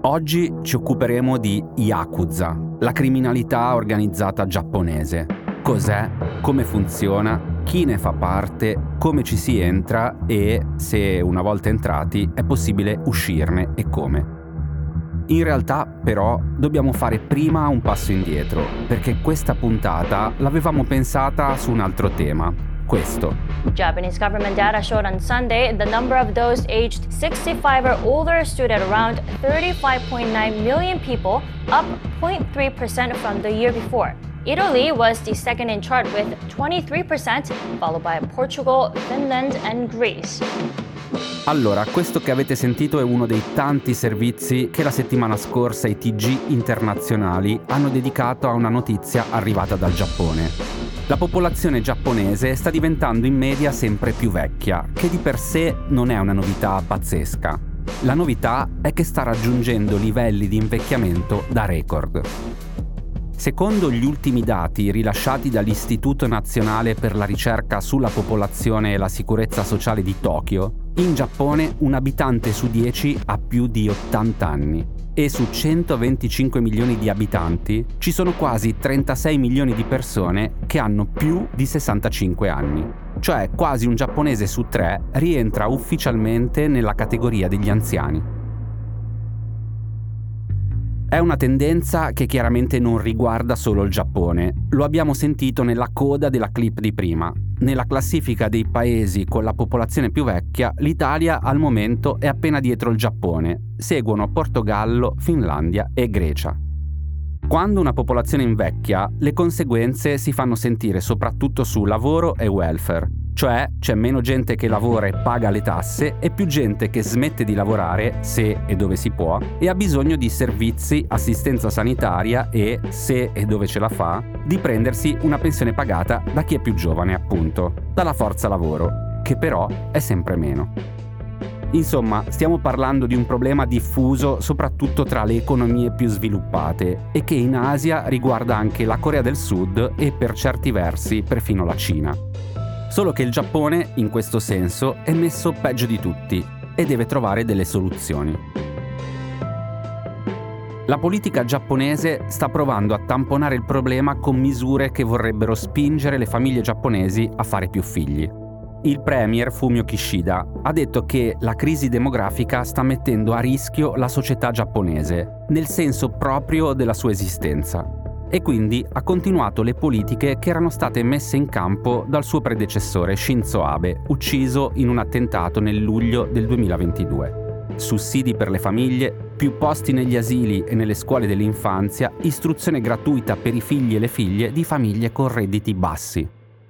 Oggi ci occuperemo di Yakuza, la criminalità organizzata giapponese. Cos'è, come funziona, chi ne fa parte, come ci si entra e, se una volta entrati, è possibile uscirne e come. In realtà, però, dobbiamo fare prima un passo indietro, perché questa puntata l'avevamo pensata su un altro tema, questo. Japanese government data showed on Sunday the number of those aged 65 or older stood at around 35.9 million people, up 0.3% from the year before. Italy was the second in chart with 23%, followed by Portugal, Finland and Greece. Allora, questo che avete sentito è uno dei tanti servizi che la settimana scorsa i TG internazionali hanno dedicato a una notizia arrivata dal Giappone. La popolazione giapponese sta diventando in media sempre più vecchia, che di per sé non è una novità pazzesca. La novità è che sta raggiungendo livelli di invecchiamento da record. Secondo gli ultimi dati rilasciati dall'Istituto Nazionale per la Ricerca sulla Popolazione e la Sicurezza Sociale di Tokyo, in Giappone un abitante su 10 ha più di 80 anni e su 125 milioni di abitanti ci sono quasi 36 milioni di persone che hanno più di 65 anni. Cioè quasi un giapponese su 3 rientra ufficialmente nella categoria degli anziani. È una tendenza che chiaramente non riguarda solo il Giappone. Lo abbiamo sentito nella coda della clip di prima. Nella classifica dei paesi con la popolazione più vecchia, l'Italia al momento è appena dietro il Giappone. Seguono Portogallo, Finlandia e Grecia. Quando una popolazione invecchia, le conseguenze si fanno sentire soprattutto su lavoro e welfare. Cioè c'è meno gente che lavora e paga le tasse e più gente che smette di lavorare, se e dove si può, e ha bisogno di servizi, assistenza sanitaria e, se e dove ce la fa, di prendersi una pensione pagata da chi è più giovane, appunto, dalla forza lavoro, che però è sempre meno. Insomma, stiamo parlando di un problema diffuso soprattutto tra le economie più sviluppate e che in Asia riguarda anche la Corea del Sud e per certi versi perfino la Cina. Solo che il Giappone, in questo senso, è messo peggio di tutti e deve trovare delle soluzioni. La politica giapponese sta provando a tamponare il problema con misure che vorrebbero spingere le famiglie giapponesi a fare più figli. Il premier Fumio Kishida ha detto che la crisi demografica sta mettendo a rischio la società giapponese, nel senso proprio della sua esistenza. E quindi ha continuato le politiche che erano state messe in campo dal suo predecessore Shinzo Abe, ucciso in un attentato nel luglio del 2022. Sussidi per le famiglie, più posti negli asili e nelle scuole dell'infanzia, istruzione gratuita per i figli e le figlie di famiglie con redditi bassi.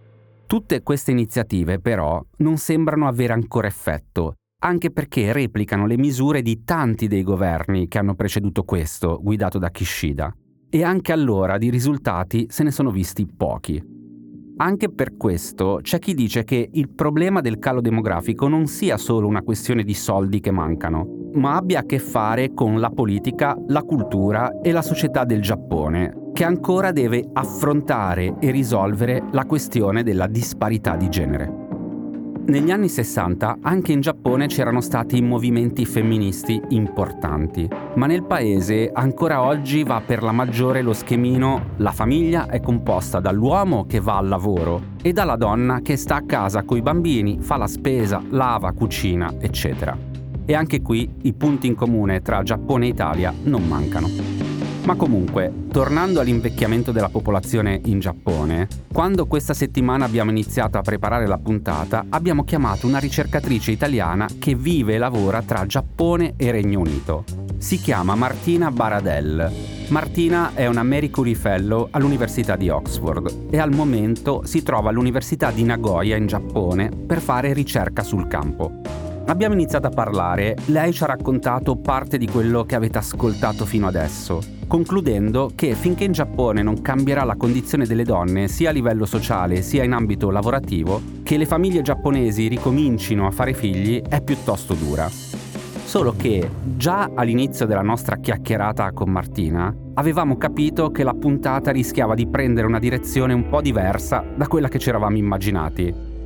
Tutte queste iniziative, però, non sembrano avere ancora effetto, anche perché replicano le misure di tanti dei governi che hanno preceduto questo, guidato da Kishida. E anche allora di risultati se ne sono visti pochi. Anche per questo c'è chi dice che il problema del calo demografico non sia solo una questione di soldi che mancano, ma abbia a che fare con la politica, la cultura e la società del Giappone, che ancora deve affrontare e risolvere la questione della disparità di genere. Negli anni 60 anche in Giappone c'erano stati movimenti femministi importanti, ma nel paese ancora oggi va per la maggiore lo schemino: la famiglia è composta dall'uomo che va al lavoro e dalla donna che sta a casa coi bambini, fa la spesa, lava, cucina, eccetera. E anche qui i punti in comune tra Giappone e Italia non mancano. Ma comunque, tornando all'invecchiamento della popolazione in Giappone, quando questa settimana abbiamo iniziato a preparare la puntata, abbiamo chiamato una ricercatrice italiana che vive e lavora tra Giappone e Regno Unito. Si chiama Martina Baradel. Martina è una Marie Curie Fellow all'Università di Oxford e al momento si trova all'Università di Nagoya in Giappone per fare ricerca sul campo. Abbiamo iniziato a parlare, lei ci ha raccontato parte di quello che avete ascoltato fino adesso, concludendo che finché in Giappone non cambierà la condizione delle donne sia a livello sociale sia in ambito lavorativo, che le famiglie giapponesi ricomincino a fare figli è piuttosto dura. Solo che già all'inizio della nostra chiacchierata con Martina avevamo capito che la puntata rischiava di prendere una direzione un po' diversa da quella che ci eravamo immaginati.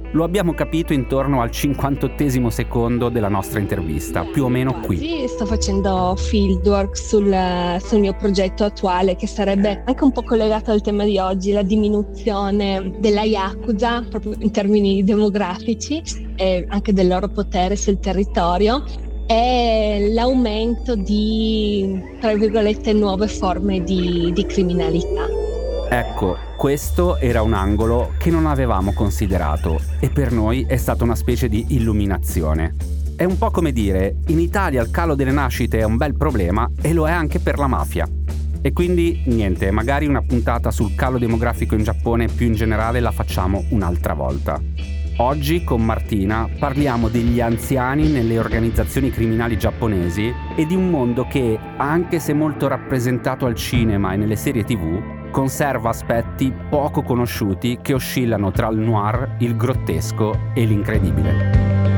Lo abbiamo capito intorno al 58esimo secondo della nostra intervista, più o meno qui. Oggi sto facendo fieldwork sul mio progetto attuale, che sarebbe anche un po' collegato al tema di oggi, la diminuzione della Yakuza, proprio in termini demografici, e anche del loro potere sul territorio, e l'aumento di, tra virgolette, nuove forme di criminalità. Ecco, questo era un angolo che non avevamo considerato e per noi è stata una specie di illuminazione. È un po' come dire, in Italia il calo delle nascite è un bel problema e lo è anche per la mafia. E quindi niente, magari una puntata sul calo demografico in Giappone più in generale la facciamo un'altra volta. Oggi con Martina parliamo degli anziani nelle organizzazioni criminali giapponesi e di un mondo che, anche se molto rappresentato al cinema e nelle serie TV, conserva aspetti poco conosciuti che oscillano tra il noir, il grottesco e l'incredibile.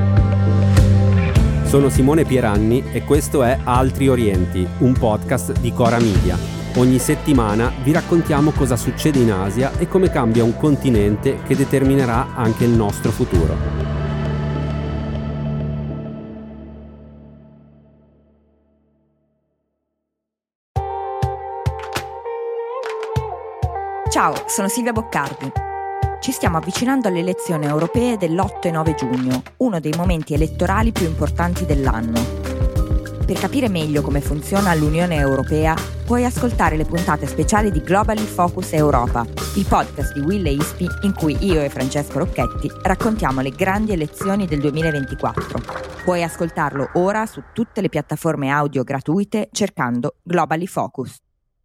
Sono Simone Pieranni e questo è Altri Orienti, un podcast di Cora Media. Ogni settimana vi raccontiamo cosa succede in Asia e come cambia un continente che determinerà anche il nostro futuro. Ciao, sono Silvia Boccardi. Ci stiamo avvicinando alle elezioni europee dell'8 e 9 giugno, uno dei momenti elettorali più importanti dell'anno. Per capire meglio come funziona l'Unione Europea, puoi ascoltare le puntate speciali di Globally Focus Europa, il podcast di Will e Ispi in cui io e Francesco Rocchetti raccontiamo le grandi elezioni del 2024. Puoi ascoltarlo ora su tutte le piattaforme audio gratuite cercando Globally Focus.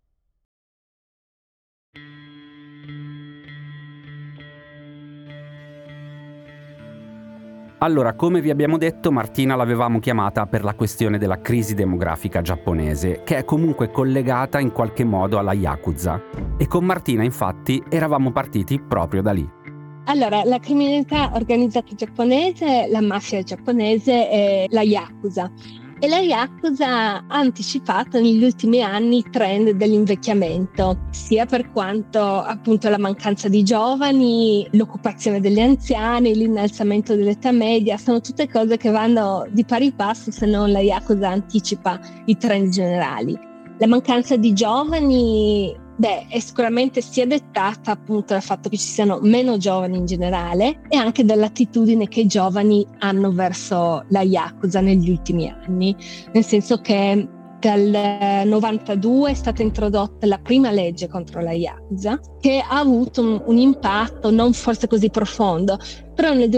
Allora, come vi abbiamo detto, Martina l'avevamo chiamata per la questione della crisi demografica giapponese, che è comunque collegata in qualche modo alla Yakuza. E con Martina, infatti, eravamo partiti proprio da lì. Allora, la criminalità organizzata giapponese, la mafia giapponese e la Yakuza. E la Yakuza ha anticipato negli ultimi anni i trend dell'invecchiamento, sia per quanto appunto la mancanza di giovani, l'occupazione degli anziani, l'innalzamento dell'età media, sono tutte cose che vanno di pari passo, se non la Yakuza anticipa i trend generali. La mancanza di giovani è sicuramente sia dettata appunto dal fatto che ci siano meno giovani in generale e anche dall'attitudine che i giovani hanno verso la Yakuza negli ultimi anni, nel senso che dal 92 è stata introdotta la prima legge contro la Yakuza, che ha avuto un impatto non forse così profondo, però nel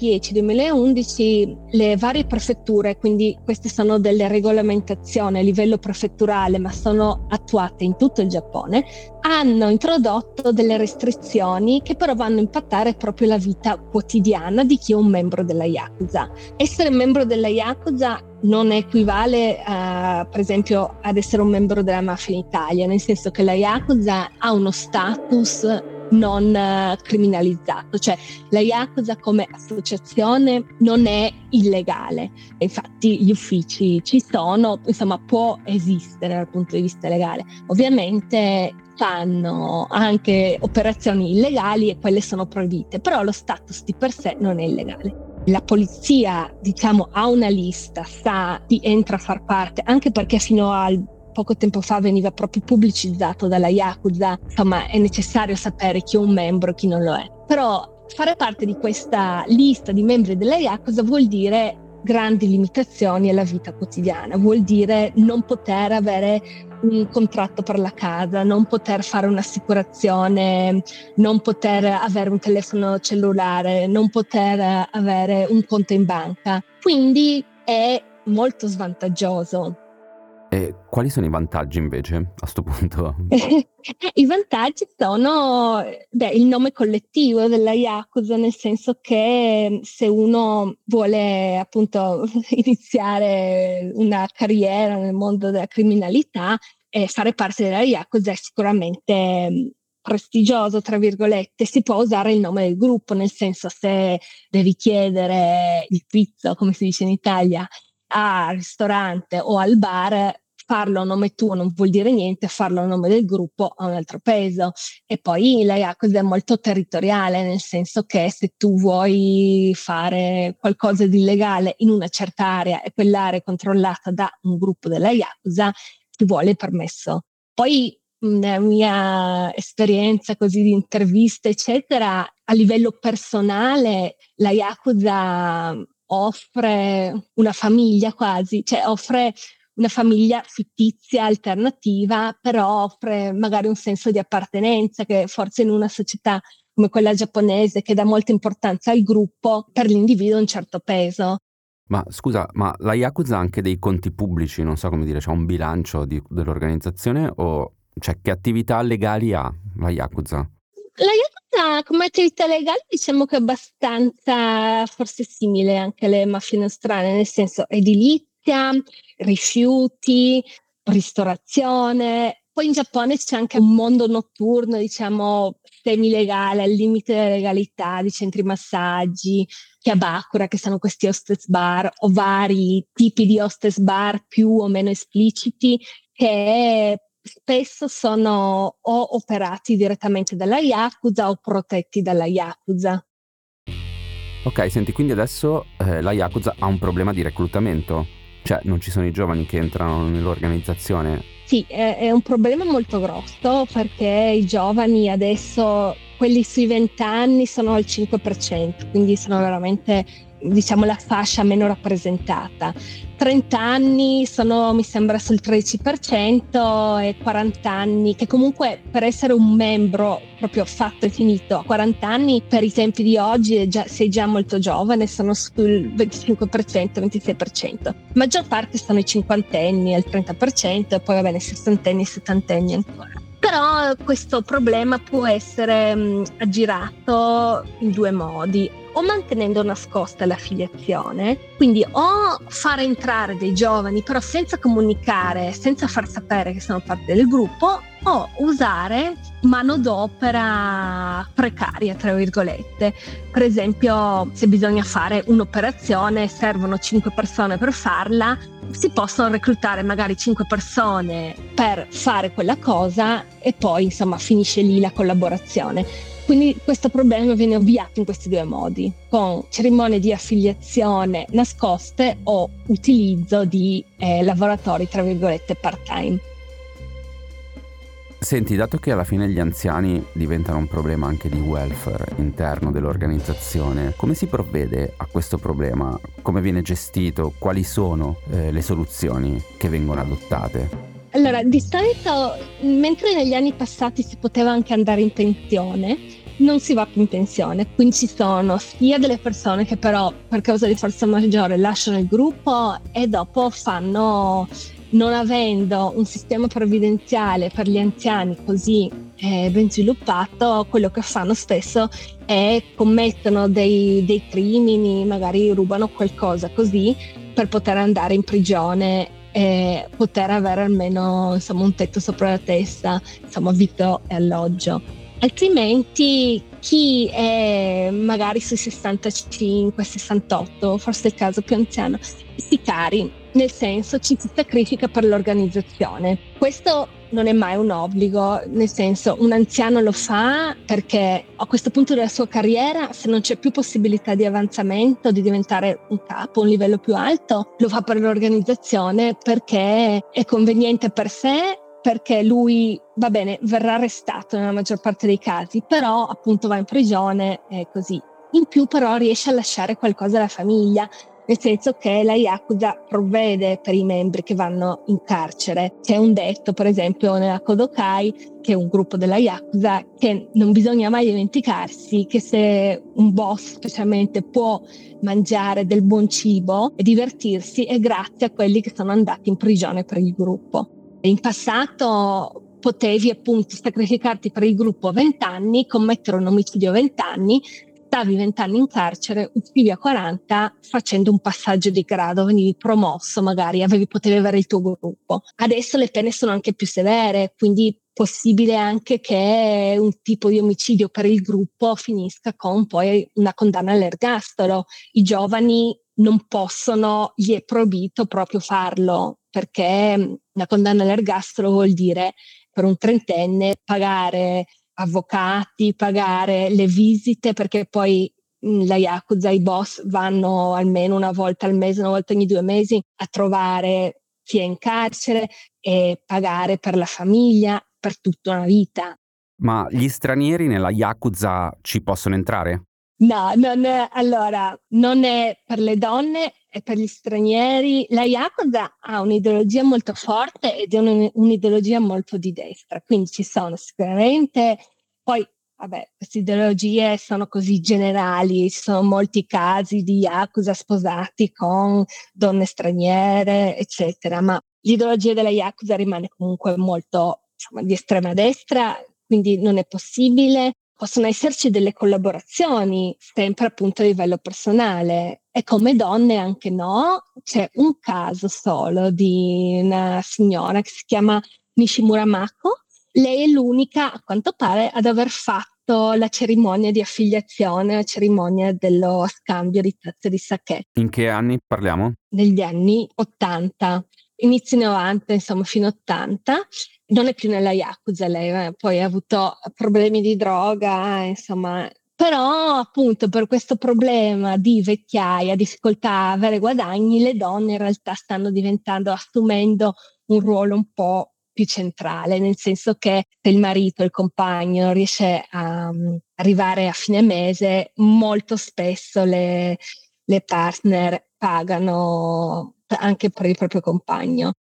2010-2011 le varie prefetture, quindi queste sono delle regolamentazioni a livello prefetturale ma sono attuate in tutto il Giappone, hanno introdotto delle restrizioni che però vanno a impattare proprio la vita quotidiana di chi è un membro della Yakuza. Essere membro della Yakuza non equivale per esempio ad essere un membro della mafia in Italia, nel senso che la Yakuza ha uno status non criminalizzato, cioè la Yakuza come associazione non è illegale, infatti gli uffici ci sono, insomma può esistere dal punto di vista legale. Ovviamente fanno anche operazioni illegali e quelle sono proibite, però lo status di per sé non è illegale. La polizia, diciamo, ha una lista, sa chi entra a far parte, anche perché fino al poco tempo fa veniva proprio pubblicizzato dalla Yakuza, insomma è necessario sapere chi è un membro e chi non lo è. Però fare parte di questa lista di membri della Yakuza vuol dire grandi limitazioni alla vita quotidiana, vuol dire non poter avere un contratto per la casa, non poter fare un'assicurazione, non poter avere un telefono cellulare, non poter avere un conto in banca. Quindi è molto svantaggioso. E quali sono i vantaggi invece a questo punto? I vantaggi sono il nome collettivo della Yakuza, nel senso che se uno vuole appunto iniziare una carriera nel mondo della criminalità, fare parte della Yakuza è sicuramente prestigioso, tra virgolette. Si può usare il nome del gruppo, nel senso se devi chiedere il pizzo, come si dice in Italia, al ristorante o al bar, farlo a nome tuo non vuol dire niente, farlo a nome del gruppo ha un altro peso. E poi la Yakuza è molto territoriale, nel senso che se tu vuoi fare qualcosa di illegale in una certa area e quell'area è controllata da un gruppo della Yakuza, ti vuole il permesso. Poi nella mia esperienza così di interviste eccetera, a livello personale la Yakuza offre una famiglia quasi, cioè offre una famiglia fittizia, alternativa, però offre magari un senso di appartenenza che forse in una società come quella giapponese, che dà molta importanza al gruppo, per l'individuo ha un certo peso. Ma scusa, ma la Yakuza ha anche dei conti pubblici, non so come dire, c'è un bilancio dell'organizzazione o cioè che attività legali ha la Yakuza? La Yakuza come attività legale diciamo che è abbastanza forse simile anche alle mafie nostrane, nel senso edilizia, rifiuti, ristorazione. Poi in Giappone c'è anche un mondo notturno, diciamo, semi-legale, al limite della legalità, di centri massaggi, Chiabakura, che sono questi hostess bar, o vari tipi di hostess bar più o meno espliciti, che spesso sono o operati direttamente dalla Yakuza o protetti dalla Yakuza. Ok, senti, quindi adesso la Yakuza ha un problema di reclutamento? Cioè non ci sono i giovani che entrano nell'organizzazione? Sì, è un problema molto grosso perché i giovani adesso, quelli sui 20 anni, sono al 5%, quindi sono veramente, diciamo, la fascia meno rappresentata. 30 anni sono, mi sembra, sul 13% e 40 anni, che comunque per essere un membro proprio fatto e finito a 40 anni, per i tempi di oggi sei già molto giovane, sono sul 25%, 26%. Maggior parte sono i cinquantenni al 30% e poi va bene, sessantenni e settantenni ancora. Però questo problema può essere aggirato in due modi: o mantenendo nascosta l'affiliazione, quindi o far entrare dei giovani però senza comunicare, senza far sapere che sono parte del gruppo, o usare manodopera precaria, tra virgolette. Per esempio, se bisogna fare un'operazione, servono 5 persone per farla, si possono reclutare magari 5 persone per fare quella cosa e poi insomma finisce lì la collaborazione. Quindi questo problema viene ovviato in questi due modi, con cerimonie di affiliazione nascoste o utilizzo di lavoratori, tra virgolette, part-time. Senti, dato che alla fine gli anziani diventano un problema anche di welfare interno dell'organizzazione, come si provvede a questo problema? Come viene gestito? Quali sono le soluzioni che vengono adottate? Allora, di solito, mentre negli anni passati si poteva anche andare in pensione, non si va più in pensione, quindi ci sono sia delle persone che però per causa di forza maggiore lasciano il gruppo e dopo fanno, non avendo un sistema previdenziale per gli anziani così ben sviluppato, quello che fanno spesso è commettono dei crimini, magari rubano qualcosa così per poter andare in prigione e poter avere almeno insomma un tetto sopra la testa, insomma vitto e alloggio. Altrimenti chi è magari sui 65, 68, forse il caso più anziano, si cari, nel senso ci si sacrifica per l'organizzazione. Questo non è mai un obbligo, nel senso un anziano lo fa perché a questo punto della sua carriera, se non c'è più possibilità di avanzamento, di diventare un capo, un livello più alto, lo fa per l'organizzazione perché è conveniente per sé, perché lui, va bene, verrà arrestato nella maggior parte dei casi, però appunto va in prigione e così. In più però riesce a lasciare qualcosa alla famiglia, nel senso che la Yakuza provvede per i membri che vanno in carcere. C'è un detto, per esempio, nella Kodokai, che è un gruppo della Yakuza, che non bisogna mai dimenticarsi che se un boss specialmente può mangiare del buon cibo e divertirsi è grazie a quelli che sono andati in prigione per il gruppo. In passato potevi appunto sacrificarti per il gruppo a 20 anni, commettere un omicidio a 20 anni, stavi 20 anni in carcere, uscivi a 40 facendo un passaggio di grado, venivi promosso, magari potevi avere il tuo gruppo. Adesso le pene sono anche più severe, quindi possibile anche che un tipo di omicidio per il gruppo finisca con poi una condanna all'ergastolo. I giovani non possono, gli è proibito proprio farlo, perché la condanna all'ergastolo vuol dire per un trentenne pagare avvocati, pagare le visite, perché poi la Yakuza, i boss vanno almeno una volta al mese, una volta ogni 2 mesi a trovare chi è in carcere e pagare per la famiglia per tutta una vita. Ma gli stranieri nella Yakuza ci possono entrare? No, non è per le donne, è per gli stranieri. La Yakuza ha un'ideologia molto forte ed è un'ideologia molto di destra, quindi ci sono sicuramente, poi vabbè, queste ideologie sono così generali, ci sono molti casi di Yakuza sposati con donne straniere, eccetera, ma l'ideologia della Yakuza rimane comunque molto, insomma, di estrema destra, quindi non è possibile. Possono esserci delle collaborazioni, sempre appunto a livello personale, e come donne anche no. C'è un caso solo di una signora che si chiama Nishimura Mako. Lei è l'unica, a quanto pare, ad aver fatto la cerimonia di affiliazione, la cerimonia dello scambio di tazze di sake. In che anni parliamo? Negli anni 80, inizi 90, insomma fino 80. Non è più nella Yakuza lei, poi ha avuto problemi di droga, insomma. Però appunto per questo problema di vecchiaia, difficoltà a avere guadagni, le donne in realtà stanno assumendo un ruolo un po' più centrale, nel senso che se il marito, il compagno non riesce a arrivare a fine mese, molto spesso le partner pagano anche per il proprio compagno.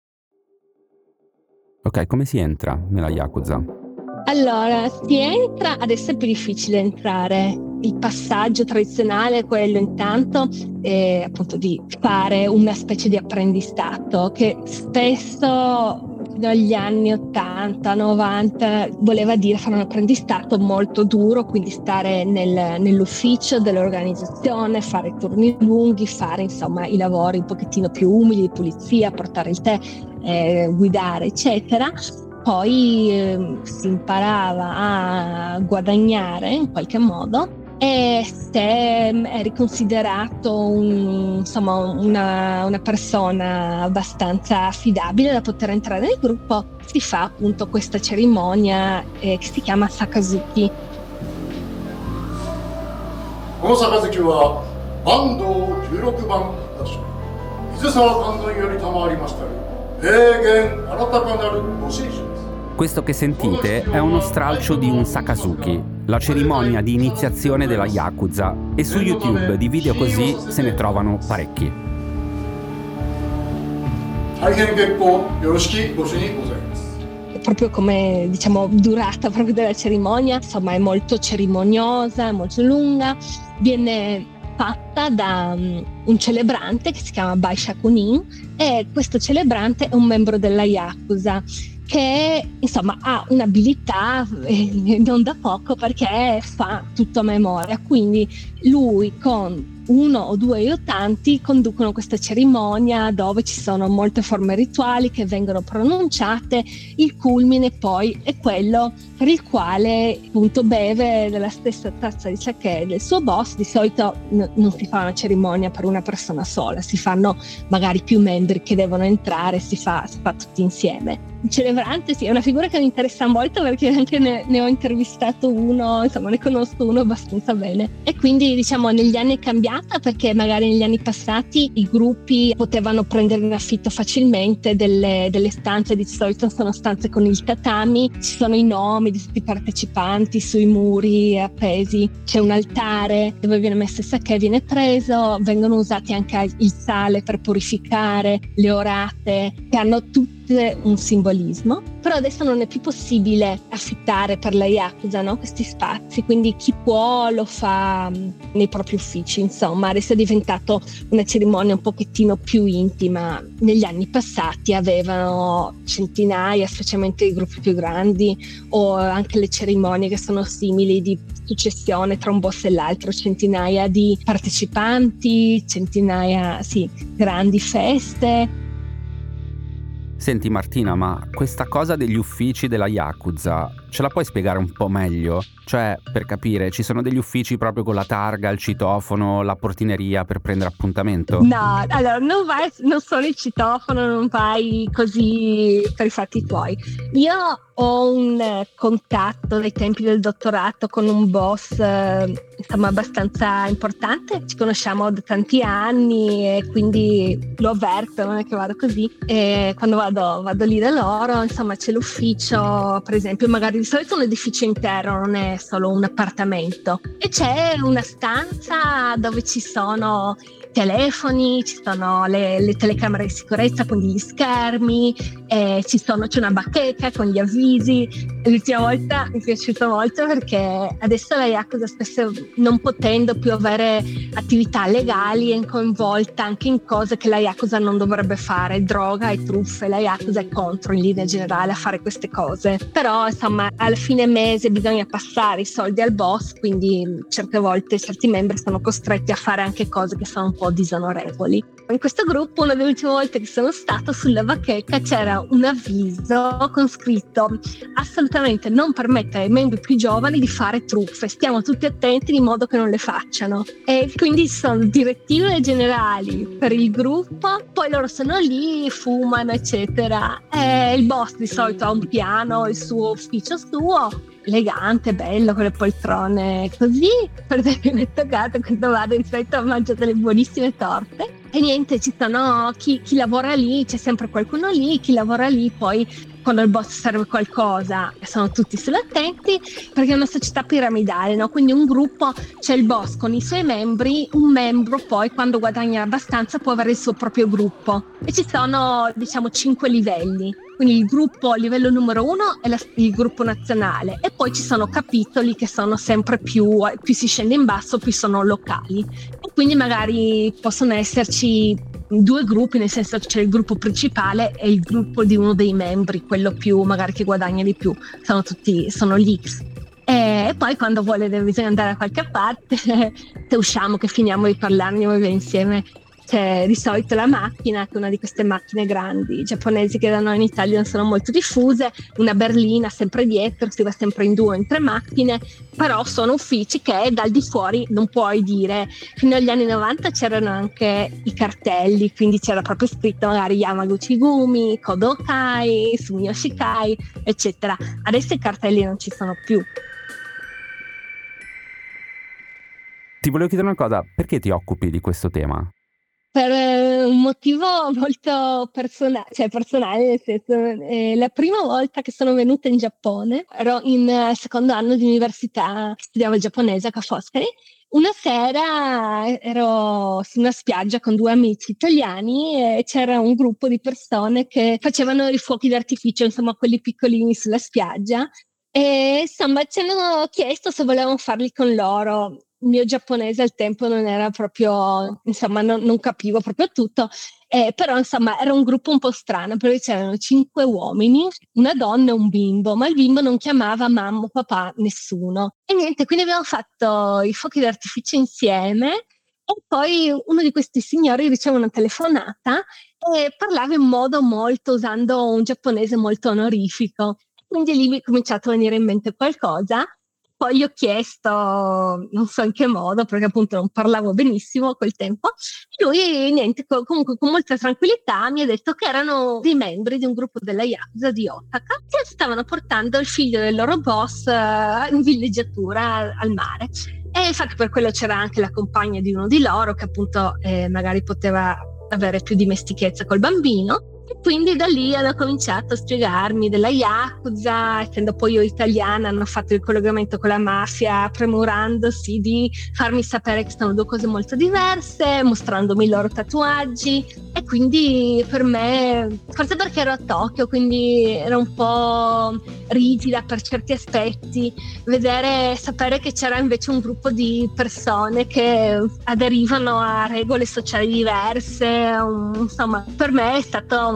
Ok, come si entra nella Yakuza? Allora, si entra, adesso è più difficile entrare. Il passaggio tradizionale è quello intanto appunto di fare una specie di apprendistato che spesso negli anni 80, 90 voleva dire fare un apprendistato molto duro, quindi stare nell'ufficio dell'organizzazione, fare turni lunghi, fare insomma i lavori un pochettino più umili, di pulizia, portare il tè, guidare eccetera. Poi si imparava a guadagnare in qualche modo e se eri considerato una persona abbastanza affidabile da poter entrare nel gruppo, si fa appunto questa cerimonia che si chiama Sakazuki. この杯は坂東16番だし、水沢観音より賜りましたる霊言新たかなるご神酒。 Questo che sentite è uno stralcio di un Sakazuki, la cerimonia di iniziazione della Yakuza, e su YouTube di video così se ne trovano parecchi. Proprio come diciamo durata proprio della cerimonia, insomma è molto cerimoniosa, è molto lunga, viene fatta da un celebrante che si chiama Bai Shakunin, e questo celebrante è un membro della Yakuza che insomma ha un'abilità non da poco perché fa tutto a memoria, quindi lui con 1 o 2 aiutanti conducono questa cerimonia dove ci sono molte forme rituali che vengono pronunciate. Il culmine poi è quello per il quale appunto beve della stessa tazza di sake del suo boss. Di solito non si fa una cerimonia per una persona sola, si fanno magari più membri che devono entrare, si fa tutti insieme. Il celebrante sì, è una figura che mi interessa molto perché anche ne ho intervistato uno, insomma ne conosco uno abbastanza bene, e quindi diciamo negli anni è cambiata perché magari negli anni passati i gruppi potevano prendere in affitto facilmente delle stanze, di solito sono stanze con il tatami, ci sono i nomi di tutti i partecipanti sui muri appesi, c'è un altare dove viene messo il sake, viene preso, vengono usati anche il sale per purificare, le orate che hanno tutte un simbolismo. Però adesso non è più possibile affittare per la Yakuza, no? Questi spazi, quindi chi può lo fa nei propri uffici, insomma adesso è diventato una cerimonia un pochettino più intima. Negli anni passati avevano centinaia, specialmente i gruppi più grandi, o anche le cerimonie che sono simili di successione tra un boss e l'altro, centinaia di partecipanti, centinaia, sì, grandi feste. Senti Martina, ma questa cosa degli uffici della Yakuza ce la puoi spiegare un po' meglio? Cioè, per capire, ci sono degli uffici proprio con la targa, il citofono, la portineria per prendere appuntamento? No, allora non solo il citofono, non vai così per i fatti tuoi. Io ho un contatto dai tempi del dottorato con un boss insomma abbastanza importante, ci conosciamo da tanti anni e quindi lo avverto, non è che vado così, e quando vado lì da loro, insomma c'è l'ufficio, per esempio magari di solito un edificio intero, non è solo un appartamento, e c'è una stanza dove ci sono telefoni, ci sono le telecamere di sicurezza, quindi gli schermi, c'è una bacheca con gli avvisi. L'ultima volta mi è piaciuto molto perché adesso la Yakuza, spesso non potendo più avere attività legali, è coinvolta anche in cose che la Yakuza non dovrebbe fare, droga e truffe. La Yakuza è contro in linea generale a fare queste cose, però insomma alla fine mese bisogna passare i soldi al boss, quindi certe volte certi membri sono costretti a fare anche cose che sono un po' disonorevoli. In questo gruppo, una delle ultime volte che sono stata, sulla bacheca c'era un avviso con scritto: assolutamente non permettere ai membri più giovani di fare truffe, stiamo tutti attenti in modo che non le facciano. E quindi sono direttive generali per il gruppo, poi loro sono lì, fumano eccetera, e il boss di solito ha un piano, il suo ufficio suo, elegante, bello, con le poltrone così. Per esempio mi è toccato quando vado di solito a mangiare delle buonissime torte e niente, ci sono chi lavora lì, c'è sempre qualcuno lì, chi lavora lì poi quando il boss serve qualcosa sono tutti sull'attenti, perché è una società piramidale, no? Quindi un gruppo, c'è il boss con i suoi membri, un membro poi quando guadagna abbastanza può avere il suo proprio gruppo e ci sono 5 livelli. Quindi il gruppo, il livello numero 1 è il gruppo nazionale e poi ci sono capitoli che sono sempre più si scende in basso, più sono locali. E quindi magari possono esserci 2 gruppi, nel senso che c'è il gruppo principale e il gruppo di uno dei membri, quello più magari che guadagna di più, sono gli X. E poi quando bisogna andare da qualche parte, se usciamo che finiamo di parlare, andiamo via insieme. C'è di solito la macchina, che è una di queste macchine grandi giapponesi che da noi in Italia non sono molto diffuse, una berlina sempre dietro, si va sempre in 2 o in 3 macchine, però sono uffici che dal di fuori non puoi dire. Fino agli anni 90 c'erano anche i cartelli, quindi c'era proprio scritto magari Yamaguchi Gumi, Kodokai, Sumiyoshi Kai, eccetera. Adesso i cartelli non ci sono più. Ti volevo chiedere una cosa, perché ti occupi di questo tema? Per un motivo molto personale, nel senso, la prima volta che sono venuta in Giappone, ero in secondo anno di università, studiavo il giapponese a Ca' Foscari. Una sera ero su una spiaggia con 2 amici italiani e c'era un gruppo di persone che facevano i fuochi d'artificio, insomma quelli piccolini sulla spiaggia, e insomma ci hanno chiesto se volevamo farli con loro. Il mio giapponese al tempo non era proprio, insomma non capivo proprio tutto, però insomma era un gruppo un po' strano perché c'erano 5 uomini, una donna e un bimbo, ma il bimbo non chiamava mamma, papà, nessuno. E niente, quindi abbiamo fatto i fuochi d'artificio insieme e poi uno di questi signori riceve una telefonata e parlava in modo usando un giapponese molto onorifico. Quindi lì mi è cominciato a venire in mente qualcosa. Poi gli ho chiesto, non so in che modo, perché appunto non parlavo benissimo a quel tempo, e lui, niente, comunque con molta tranquillità mi ha detto che erano dei membri di un gruppo della Yakuza di Otaka che stavano portando il figlio del loro boss in villeggiatura al mare. E infatti per quello c'era anche la compagna di uno di loro che appunto magari poteva avere più dimestichezza col bambino. E quindi da lì hanno cominciato a spiegarmi della Yakuza, essendo poi io italiana hanno fatto il collegamento con la mafia, premurandosi di farmi sapere che sono 2 cose molto diverse, mostrandomi i loro tatuaggi. E quindi per me, forse perché ero a Tokyo, quindi era un po' rigida per certi aspetti, sapere che c'era invece un gruppo di persone che aderivano a regole sociali diverse, insomma per me è stato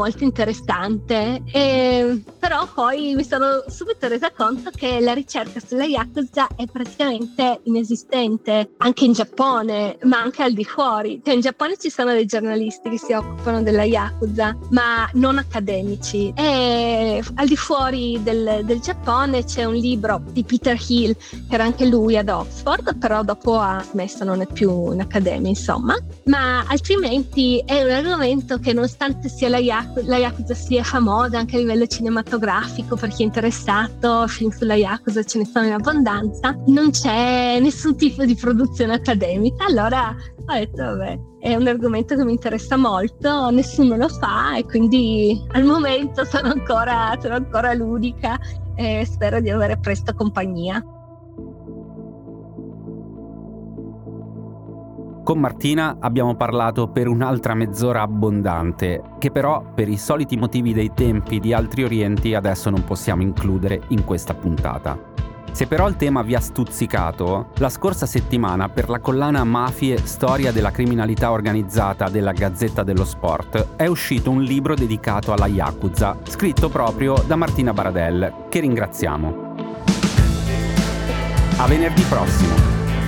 molto interessante, però poi mi sono subito resa conto che la ricerca sulla Yakuza è praticamente inesistente anche in Giappone, ma anche al di fuori. Cioè, in Giappone ci sono dei giornalisti che si occupano della Yakuza, ma non accademici, e al di fuori del Giappone c'è un libro di Peter Hill, che era anche lui ad Oxford, però dopo ha smesso, non è più in accademia, insomma. Ma altrimenti è un argomento che, nonostante sia la Yakuza sia famosa anche a livello cinematografico, per chi è interessato, film sulla Yakuza ce ne sono in abbondanza, non c'è nessun tipo di produzione accademica. Allora ho detto, vabbè, è un argomento che mi interessa molto, nessuno lo fa e quindi al momento sono ancora l'unica e spero di avere presto compagnia. Con Martina abbiamo parlato per un'altra mezz'ora abbondante, che però per i soliti motivi dei tempi di Altri Orienti adesso non possiamo includere in questa puntata. Se però il tema vi ha stuzzicato, la scorsa settimana per la collana Mafie, storia della criminalità organizzata della Gazzetta dello Sport è uscito un libro dedicato alla Yakuza, scritto proprio da Martina Baradel, che ringraziamo. A venerdì prossimo!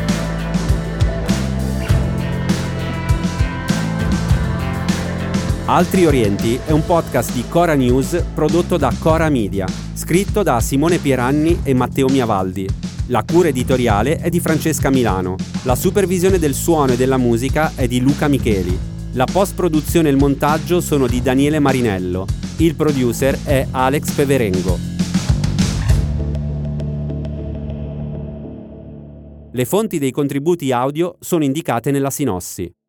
Altri Orienti è un podcast di Cora News prodotto da Cora Media, scritto da Simone Pieranni e Matteo Miavaldi. La cura editoriale è di Francesca Milano, la supervisione del suono e della musica è di Luca Micheli, la post-produzione e il montaggio sono di Daniele Marinello, il producer è Alex Peverengo. Le fonti dei contributi audio sono indicate nella sinossi.